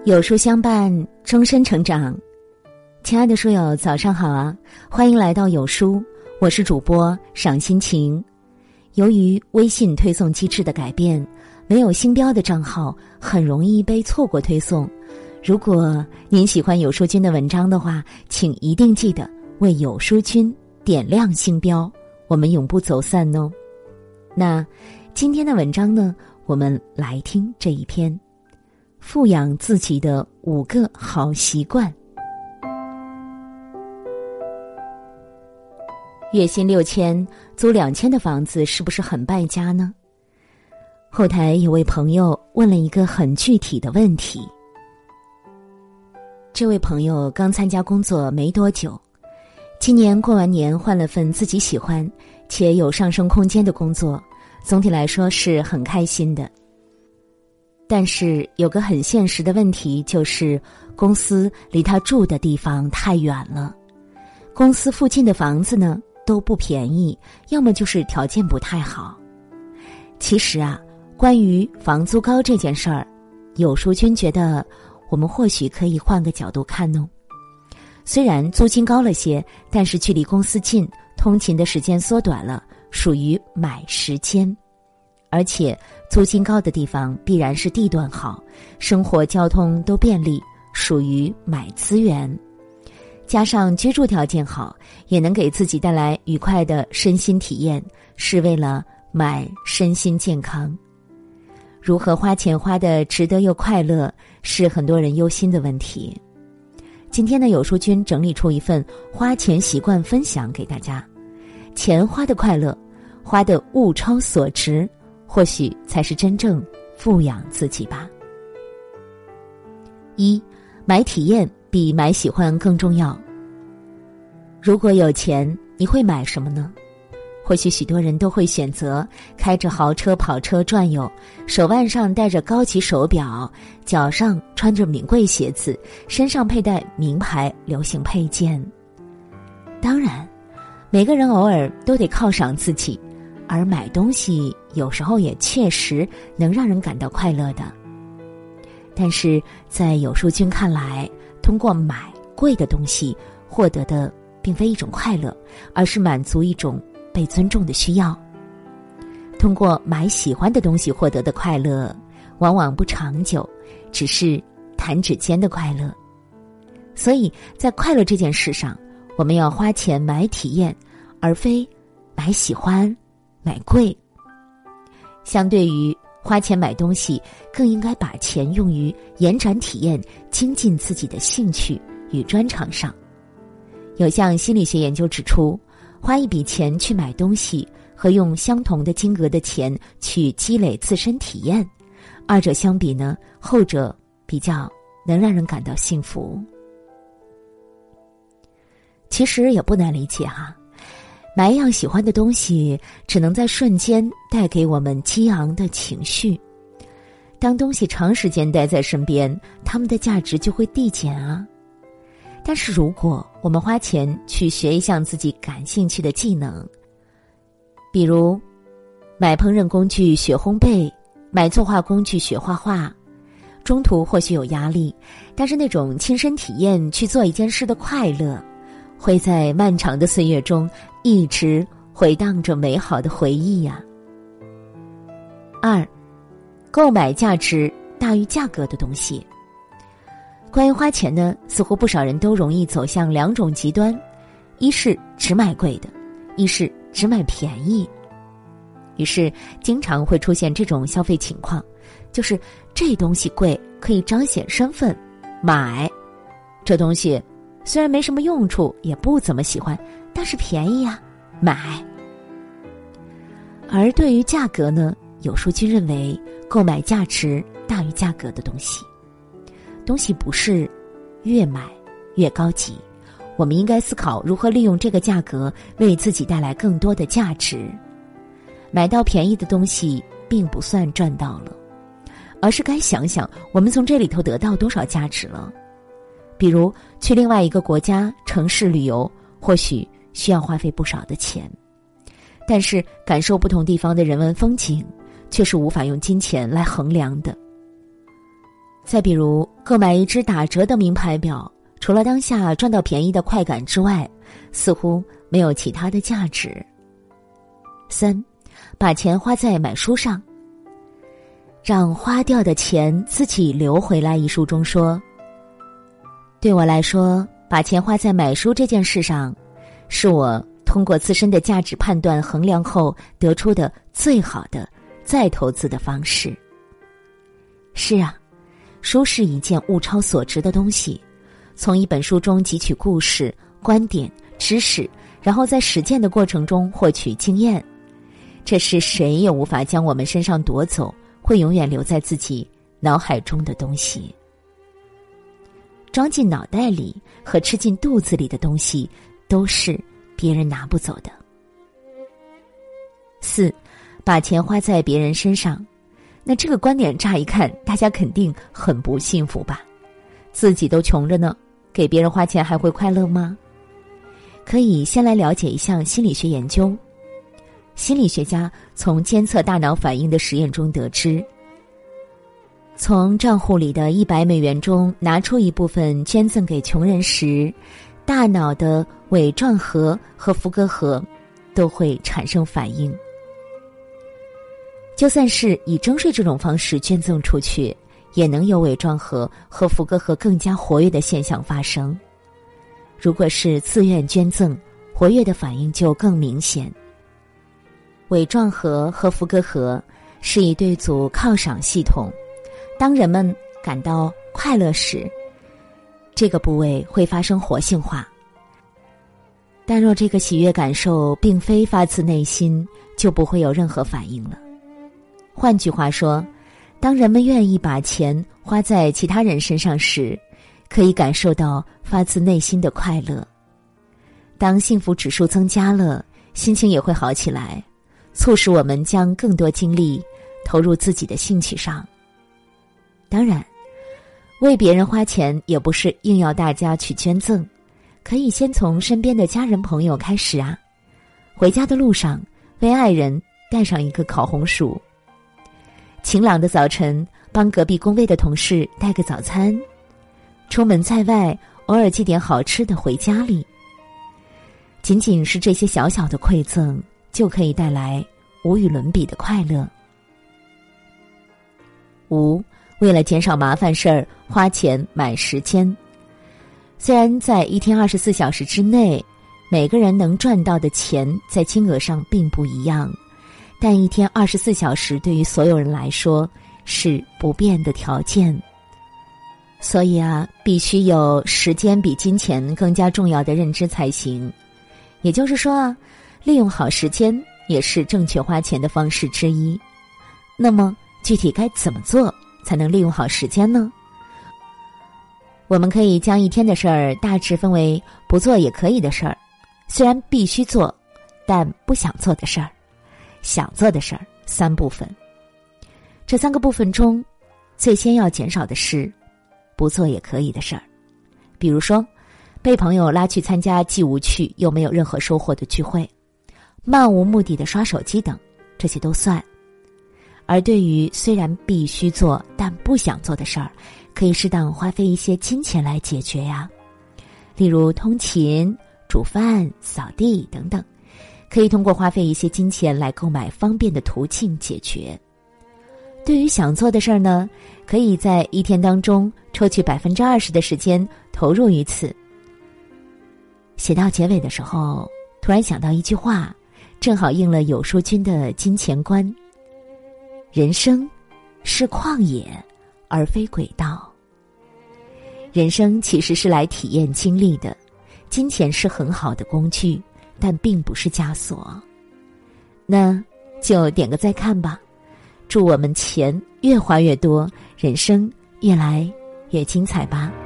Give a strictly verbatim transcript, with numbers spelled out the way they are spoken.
有书相伴，终身成长。亲爱的书友，早上好啊！欢迎来到有书，我是主播赏心情。由于微信推送机制的改变，没有星标的账号很容易被错过推送。如果您喜欢有书君的文章的话，请一定记得为有书君点亮星标，我们永不走散哦。那今天的文章呢，我们来听这一篇富养自己的五个好习惯。月薪六千，租两千的房子是不是很败家呢？后台有位朋友问了一个很具体的问题。这位朋友刚参加工作没多久，今年过完年换了份自己喜欢且有上升空间的工作，总体来说是很开心的。但是有个很现实的问题，就是公司离他住的地方太远了。公司附近的房子呢都不便宜，要么就是条件不太好。其实啊，关于房租高这件事儿，有书君觉得我们或许可以换个角度看哦。虽然租金高了些，但是距离公司近，通勤的时间缩短了，属于买时间。而且租金高的地方必然是地段好，生活交通都便利，属于买资源。加上居住条件好，也能给自己带来愉快的身心体验，是为了买身心健康。如何花钱花得值得又快乐，是很多人忧心的问题。今天的有书君整理出一份花钱习惯分享给大家，钱花的快乐，花的物超所值，或许才是真正富养自己吧。一，买体验比买喜欢更重要。如果有钱，你会买什么呢？或许许多人都会选择开着豪车跑车转悠，手腕上戴着高级手表，脚上穿着名贵鞋子，身上佩戴名牌流行配件。当然，每个人偶尔都得犒赏自己，而买东西有时候也确实能让人感到快乐的。但是在有书君看来，通过买贵的东西获得的并非一种快乐，而是满足一种被尊重的需要。通过买喜欢的东西获得的快乐，往往不长久，只是弹指间的快乐。所以在快乐这件事上，我们要花钱买体验，而非买喜欢买贵。相对于花钱买东西，更应该把钱用于延展体验，精进自己的兴趣与专长上。有项心理学研究指出，花一笔钱去买东西和用相同的金额的钱去积累自身体验，二者相比呢，后者比较能让人感到幸福。其实也不难理解哈，买一样喜欢的东西，只能在瞬间带给我们激昂的情绪。当东西长时间待在身边，它们的价值就会递减啊。但是如果我们花钱去学一项自己感兴趣的技能，比如买烹饪工具学烘焙，买作画工具学画画，中途或许有压力，但是那种亲身体验去做一件事的快乐，会在漫长的岁月中一直回荡着美好的回忆呀。二，购买价值大于价格的东西。关于花钱呢，似乎不少人都容易走向两种极端，一是只买贵的，一是只买便宜。于是经常会出现这种消费情况，就是这东西贵可以彰显身份，买；这东西虽然没什么用处，也不怎么喜欢，但是便宜啊，买。而对于价格呢，有书君认为购买价值大于价格的东西。东西不是越买越高级，我们应该思考如何利用这个价格为自己带来更多的价值。买到便宜的东西并不算赚到了，而是该想想我们从这里头得到多少价值了。比如去另外一个国家城市旅游，或许需要花费不少的钱，但是感受不同地方的人文风景却是无法用金钱来衡量的。 再比如，购买一只打折的名牌表，除了当下赚到便宜的快感之外，似乎没有其他的价值。三，把钱花在买书上。让花掉的钱自己流回来一书中说，对我来说，把钱花在买书这件事上，是我通过自身的价值判断衡量后得出的最好的再投资的方式。是啊，书是一件物超所值的东西，从一本书中汲取故事、观点、知识，然后在实践的过程中获取经验，这是谁也无法将我们身上夺走，会永远留在自己脑海中的东西。装进脑袋里和吃进肚子里的东西，都是别人拿不走的。四，把钱花在别人身上。那这个观点乍一看，大家肯定很不幸福吧？自己都穷着呢，给别人花钱还会快乐吗？可以先来了解一项心理学研究。心理学家从监测大脑反应的实验中得知，从账户里的一百美元中拿出一部分捐赠给穷人时，大脑的尾状核和福格核都会产生反应。就算是以征税这种方式捐赠出去，也能有尾状核和福格核更加活跃的现象发生。如果是自愿捐赠，活跃的反应就更明显。尾状核和福格核是一对组犒赏系统，当人们感到快乐时，这个部位会发生活性化。但若这个喜悦感受并非发自内心，就不会有任何反应了。换句话说，当人们愿意把钱花在其他人身上时，可以感受到发自内心的快乐。当幸福指数增加了，心情也会好起来，促使我们将更多精力投入自己的兴趣上。当然，为别人花钱也不是硬要大家去捐赠，可以先从身边的家人朋友开始啊。回家的路上，为爱人带上一个烤红薯。晴朗的早晨，帮隔壁工位的同事带个早餐。出门在外，偶尔寄点好吃的回家里。仅仅是这些小小的馈赠，就可以带来无与伦比的快乐。五，为了减少麻烦事儿，花钱买时间。虽然在一天二十四小时之内，每个人能赚到的钱在金额上并不一样，但一天二十四小时对于所有人来说是不变的条件。所以啊，必须有时间比金钱更加重要的认知才行。也就是说啊，利用好时间也是正确花钱的方式之一。那么具体该怎么做才能利用好时间呢？我们可以将一天的事儿大致分为不做也可以的事儿，虽然必须做但不想做的事儿，想做的事儿三部分。这三个部分中，最先要减少的是不做也可以的事儿。比如说，被朋友拉去参加既无趣又没有任何收获的聚会，漫无目的的刷手机等，这些都算。而对于虽然必须做但不想做的事儿，可以适当花费一些金钱来解决呀。例如通勤、煮饭、扫地等等，可以通过花费一些金钱来购买方便的途径解决。对于想做的事儿呢，可以在一天当中抽取百分之二十的时间投入于此。写到结尾的时候，突然想到一句话，正好应了有书君的金钱观：人生是旷野，而非轨道。人生其实是来体验经历的，金钱是很好的工具，但并不是枷锁。那就点个再看吧，祝我们钱越花越多，人生越来越精彩吧。